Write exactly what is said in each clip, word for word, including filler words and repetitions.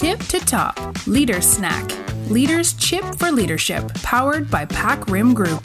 Tip to Top Leader Snack Leaders Chip for Leadership Powered by Pac Rim Group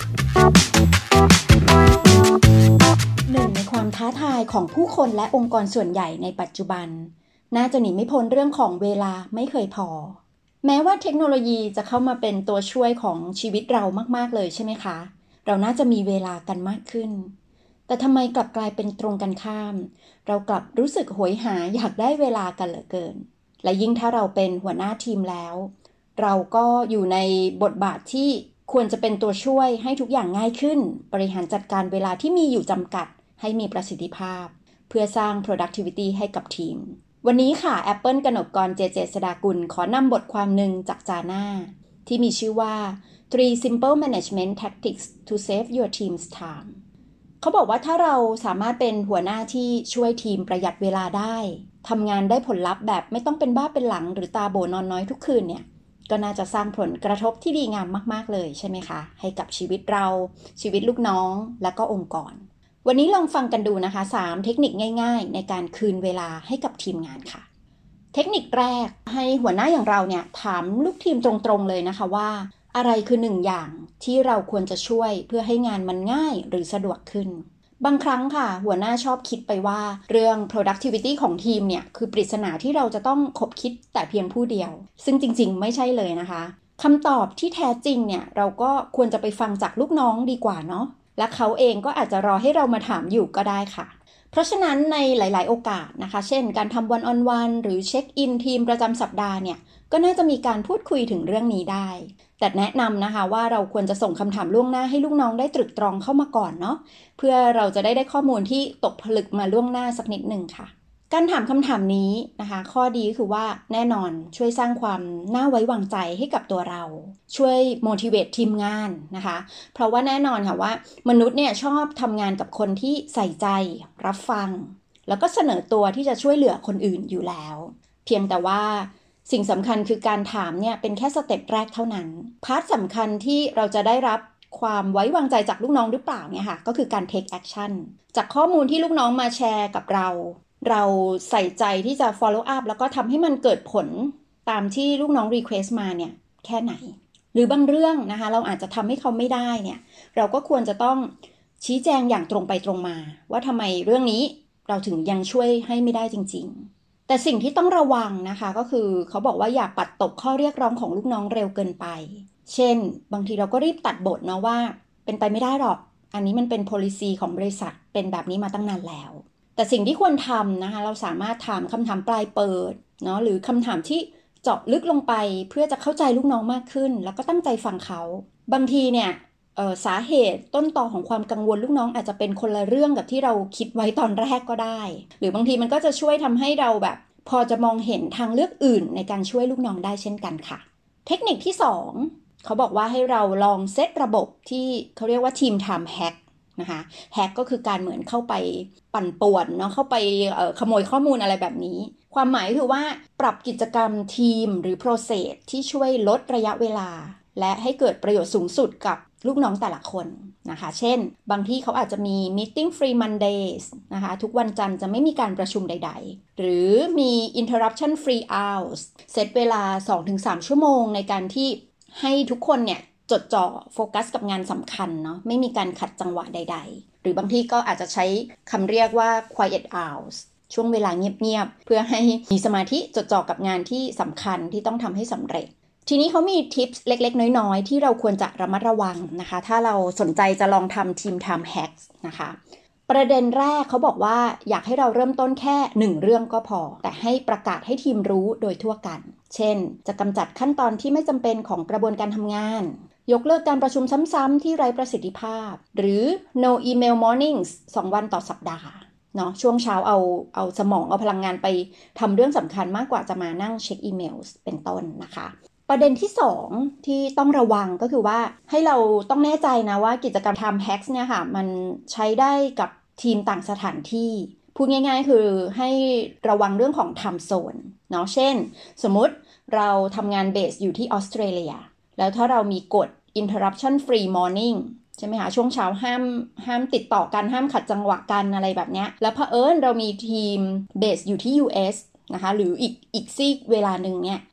หนึ่งในความท้าทายของผู้คนและองค์กรส่วนใหญ่ในปัจจุบันน่าจะหนีไม่พ้นเรื่องของเวลาไม่เคยพอแม้ว่าเทคโนโลยีจะเข้ามาเป็นตัวช่วยของชีวิตเรามากๆเลยใช่ไหมคะเราน่าจะมีเวลากันมากขึ้นแต่ทำไมกลับกลายเป็นตรงกันข้ามเรากลับรู้สึกโหยหาอยากได้เวลากันเหลือเกินและยิ่งถ้าเราเป็นหัวหน้าทีมแล้วเราก็อยู่ในบทบาทที่ควรจะเป็นตัวช่วยให้ทุกอย่างง่ายขึ้นบริหารจัดการเวลาที่มีอยู่จำกัดให้มีประสิทธิภาพเพื่อสร้าง productivity ให้กับทีมวันนี้ค่ะ Apple กนกกร เจ เจ สดากุลขอนำบทความหนึ่งจากจาน่าที่มีชื่อว่า three simple management tactics to save your team's time เขาบอกว่าถ้าเราสามารถเป็นหัวหน้าที่ช่วยทีมประหยัดเวลาได้ทำงานได้ผลลัพธ์แบบไม่ต้องเป็นบ้าเป็นหลังหรือตาโบนอนน้อยทุกคืนเนี่ยก็น่าจะสร้างผลกระทบที่ดีงามมากๆเลยใช่ไหมคะให้กับชีวิตเราชีวิตลูกน้องและก็องค์กรวันนี้ลองฟังกันดูนะคะสามเทคนิคง่ายๆในการคืนเวลาให้กับทีมงานค่ะเทคนิคแรกให้หัวหน้าอย่างเราเนี่ยถามลูกทีมตรงๆเลยนะคะว่าอะไรคือหนึ่งอย่างที่เราควรจะช่วยเพื่อให้งานมันง่ายหรือสะดวกขึ้นบางครั้งค่ะหัวหน้าชอบคิดไปว่าเรื่อง productivity ของทีมเนี่ยคือปริศนาที่เราจะต้องคบคิดแต่เพียงผู้เดียวซึ่งจริงๆไม่ใช่เลยนะคะคำตอบที่แท้จริงเนี่ยเราก็ควรจะไปฟังจากลูกน้องดีกว่าเนาะและเขาเองก็อาจจะรอให้เรามาถามอยู่ก็ได้ค่ะเพราะฉะนั้นในหลายๆโอกาสนะคะเช่นการทำ one on one หรือเช็คอินทีมประจำสัปดาห์เนี่ยก็น่าจะมีการพูดคุยถึงเรื่องนี้ได้แต่แนะนำนะคะว่าเราควรจะส่งคำถามล่วงหน้าให้ลูกน้องได้ตรึกตรองเข้ามาก่อนเนาะเพื่อเราจะได้ได้ข้อมูลที่ตกผลึกมาล่วงหน้าสักนิดหนึ่งค่ะการถามคำถามนี้นะคะข้อดีคือว่าแน่นอนช่วยสร้างความน่าไว้วางใจให้กับตัวเราช่วย motivate ทีมงานนะคะเพราะว่าแน่นอนค่ะว่ามนุษย์เนี่ยชอบทำงานกับคนที่ใส่ใจรับฟังแล้วก็เสนอตัวที่จะช่วยเหลือคนอื่นอยู่แล้วเพียงแต่ว่าสิ่งสำคัญคือการถามเนี่ยเป็นแค่สเต็ปแรกเท่านั้นพาร์ทสำคัญที่เราจะได้รับความไว้วางใจจากลูกน้องหรือเปล่าเนี่ยค่ะก็คือการ take action จากข้อมูลที่ลูกน้องมาแชร์กับเราเราใส่ใจที่จะ follow up แล้วก็ทำให้มันเกิดผลตามที่ลูกน้อง request มาเนี่ยแค่ไหนหรือบางเรื่องนะคะเราอาจจะทำให้เขาไม่ได้เนี่ยเราก็ควรจะต้องชี้แจงอย่างตรงไปตรงมาว่าทำไมเรื่องนี้เราถึงยังช่วยให้ไม่ได้จริงๆแต่สิ่งที่ต้องระวังนะคะก็คือเขาบอกว่าอย่าปัดตกข้อเรียกร้องของลูกน้องเร็วเกินไปเช่นบางทีเราก็รีบตัดบทเนาะว่าเป็นไปไม่ได้หรอกอันนี้มันเป็น policy ของบริษัทเป็นแบบนี้มาตั้งนานแล้วแต่สิ่งที่ควรทำนะคะเราสามารถถามคำถามปลายเปิดเนาะหรือคำถามที่เจาะลึกลงไปเพื่อจะเข้าใจลูกน้องมากขึ้นแล้วก็ตั้งใจฟังเขาบางทีเนี่ยสาเหตุต้นตอของความกังวลลูกน้องอาจจะเป็นคนละเรื่องกับที่เราคิดไว้ตอนแรกก็ได้หรือบางทีมันก็จะช่วยทำให้เราแบบพอจะมองเห็นทางเลือกอื่นในการช่วยลูกน้องได้เช่นกันค่ะเทคนิคที่สองเขาบอกว่าให้เราลองเซตระบบที่เขาเรียกว่าทีม time hack นะคะแฮกก็คือการเหมือนเข้าไปปั่นป่วนเนาะเข้าไปขโมยข้อมูลอะไรแบบนี้ความหมายคือว่าปรับกิจกรรมทีมหรือ process ที่ช่วยลดระยะเวลาและให้เกิดประโยชน์สูงสุดกับลูกน้องแต่ละคนนะคะเช่นบางที่เขาอาจจะมี meeting free Mondays นะคะทุกวันจันทร์จะไม่มีการประชุมใดๆหรือมี interruption free hours เซตเวลา สองถึงสาม ชั่วโมงในการที่ให้ทุกคนเนี่ยจดจ่อโฟกัสกับงานสำคัญเนาะไม่มีการขัดจังหวะใดๆหรือบางที่ก็อาจจะใช้คำเรียกว่า quiet hours ช่วงเวลาเงียบๆเพื่อให้มีสมาธิจดจ่อกับงานที่สำคัญที่ต้องทำให้สำเร็จทีนี้เขามีทิปส์เล็กๆน้อยๆที่เราควรจะระมัดระวังนะคะถ้าเราสนใจจะลองทำทีม time hacks นะคะประเด็นแรกเขาบอกว่าอยากให้เราเริ่มต้นแค่หนึ่งเรื่องก็พอแต่ให้ประกาศให้ทีมรู้โดยทั่วกันเช่นจะกำจัดขั้นตอนที่ไม่จำเป็นของกระบวนการทำงานยกเลิกการประชุมซ้ำๆที่ไร้ประสิทธิภาพหรือ no email mornings สองวันต่อสัปดาห์เนาะช่วงเช้าเอาเอาสมองเอาพลังงานไปทำเรื่องสำคัญมากกว่าจะมานั่งเช็คอีเมลเป็นต้นนะคะประเด็นที่สองที่ต้องระวังก็คือว่าให้เราต้องแน่ใจนะว่ากิจกรรม time hacks เนี่ยค่ะมันใช้ได้กับทีมต่างสถานที่พูดง่ายๆคือให้ระวังเรื่องของ time zone เนาะเช่นสมมุติเราทำงานเบสอยู่ที่ออสเตรเลียแล้วถ้าเรามีกฎ interruption free morning ใช่ไหมคะช่วงเช้าห้ามห้ามติดต่อกันห้ามขัดจังหวะกันอะไรแบบเนี้ยแล้วเผอิญเรามีทีมเบสอยู่ที่ ยู เอส นะคะหรืออีกอีกซีกเวลาหนึ่งเนี่ย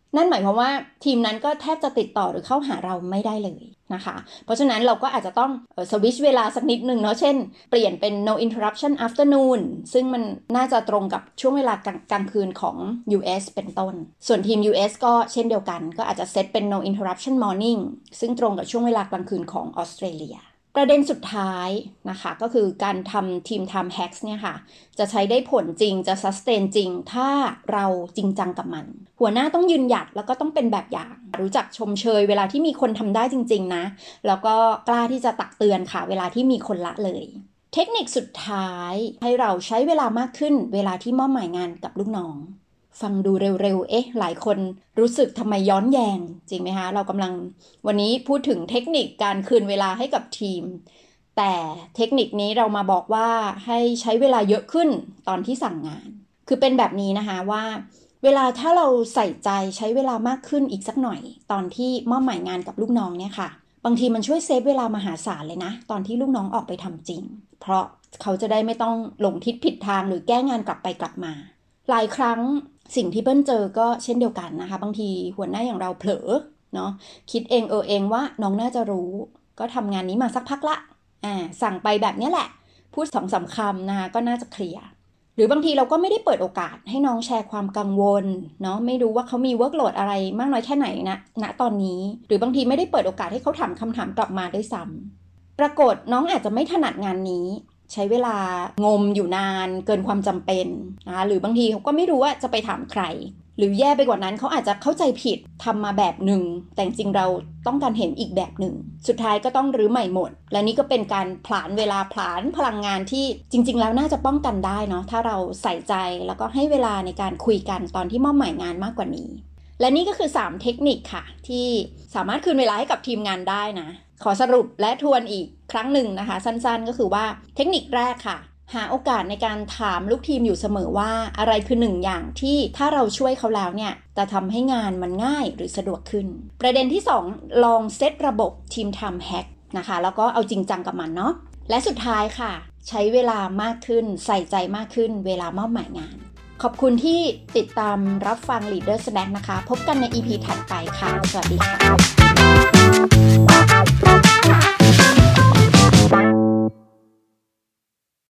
นั่นหมายความว่าทีมนั้นก็แทบจะติดต่อหรือเข้าหาเราไม่ได้เลยนะคะเพราะฉะนั้นเราก็อาจจะต้องสวิตช์เวลาสักนิดนึงเนาะเช่นเปลี่ยนเป็น no interruption afternoon ซึ่งมันน่าจะตรงกับช่วงเวลากลางกลางคืนของ ยู เอส เป็นต้นส่วนทีม ยู เอส ก็เช่นเดียวกันก็อาจจะเซตเป็น no interruption morning ซึ่งตรงกับช่วงเวลากลางคืนของออสเตรเลียประเด็นสุดท้ายนะคะก็คือการทำทีม time hacks เนี่ยค่ะจะใช้ได้ผลจริงจะ sustain จริงถ้าเราจริงจังกับมันหัวหน้าต้องยืนหยัดแล้วก็ต้องเป็นแบบอย่างรู้จักชมเชยเวลาที่มีคนทำได้จริงๆนะแล้วก็กล้าที่จะตักเตือนค่ะเวลาที่มีคนละเลยเทคนิคสุดท้ายให้เราใช้เวลามากขึ้นเวลาที่มอบหมายงานกับลูกน้องฟังดูเร็วๆเอ๊ะหลายคนรู้สึกทำไมย้อนแยงจริงไหมคะเรากำลังวันนี้พูดถึงเทคนิคการคืนเวลาให้กับทีมแต่เทคนิคนี้เรามาบอกว่าให้ใช้เวลาเยอะขึ้นตอนที่สั่งงานคือเป็นแบบนี้นะคะว่าเวลาถ้าเราใส่ใจใช้เวลามากขึ้นอีกสักหน่อยตอนที่มอบหมายงานกับลูกน้องเนี่ยค่ะบางทีมันช่วยเซฟเวลามหาศาลเลยนะตอนที่ลูกน้องออกไปทำจริงเพราะเขาจะได้ไม่ต้องหลงทิศผิดทางหรือแก้งานกลับไปกลับมาหลายครั้งสิ่งที่เปิ้ลเจอก็เช่นเดียวกันนะคะบางทีหัวหน้าอย่างเราเผลอเนาะคิดเองเออเองว่าน้องน่าจะรู้ก็ทำงานนี้มาสักพักละอ่าสั่งไปแบบนี้แหละพูดสองสามคำนะคะก็น่าจะเคลียร์หรือบางทีเราก็ไม่ได้เปิดโอกาสให้น้องแชร์ความกังวลเนาะไม่รู้ว่าเขามีเวิร์กโหลดอะไรมากน้อยแค่ไหนนะณตอนนี้หรือบางทีไม่ได้เปิดโอกาสให้เขาถามคำถามกลับมาด้วยซ้ำปรากฏน้องอาจจะไม่ถนัดงานนี้ใช้เวลางมอยู่นานเกินความจำเป็นนะคะหรือบางทีเขาก็ไม่รู้ว่าจะไปถามใครหรือแย่ไปกว่านั้นเขาอาจจะเข้าใจผิดทำมาแบบหนึ่งแต่จริงเราต้องการเห็นอีกแบบหนึ่งสุดท้ายก็ต้องรื้อใหม่หมดและนี่ก็เป็นการผลาญเวลาผลาญพลังงานที่จริงๆแล้วน่าจะป้องกันได้เนาะถ้าเราใส่ใจแล้วก็ให้เวลาในการคุยกันตอนที่มอบหมายงานมากกว่านี้และนี่ก็คือสามเทคนิคค่ะที่สามารถคืนเวลาให้กับทีมงานได้นะขอสรุปและทวนอีกครั้งหนึ่งนะคะสั้นๆก็คือว่าเทคนิคแรกค่ะหาโอกาสในการถามลูกทีมอยู่เสมอว่าอะไรคือหนึ่งอย่างที่ถ้าเราช่วยเขาแล้วเนี่ยจะทำให้งานมันง่ายหรือสะดวกขึ้นประเด็นที่สองลองเซตระบบทีม Time Hack นะคะแล้วก็เอาจริงจังกับมันเนาะและสุดท้ายค่ะใช้เวลามากขึ้นใส่ใจมากขึ้นเวลามอบหมายงานขอบคุณที่ติดตามรับฟัง Leader Snack นะคะพบกันใน อี พี ถัดไปค่ะสวัสดีค่ะ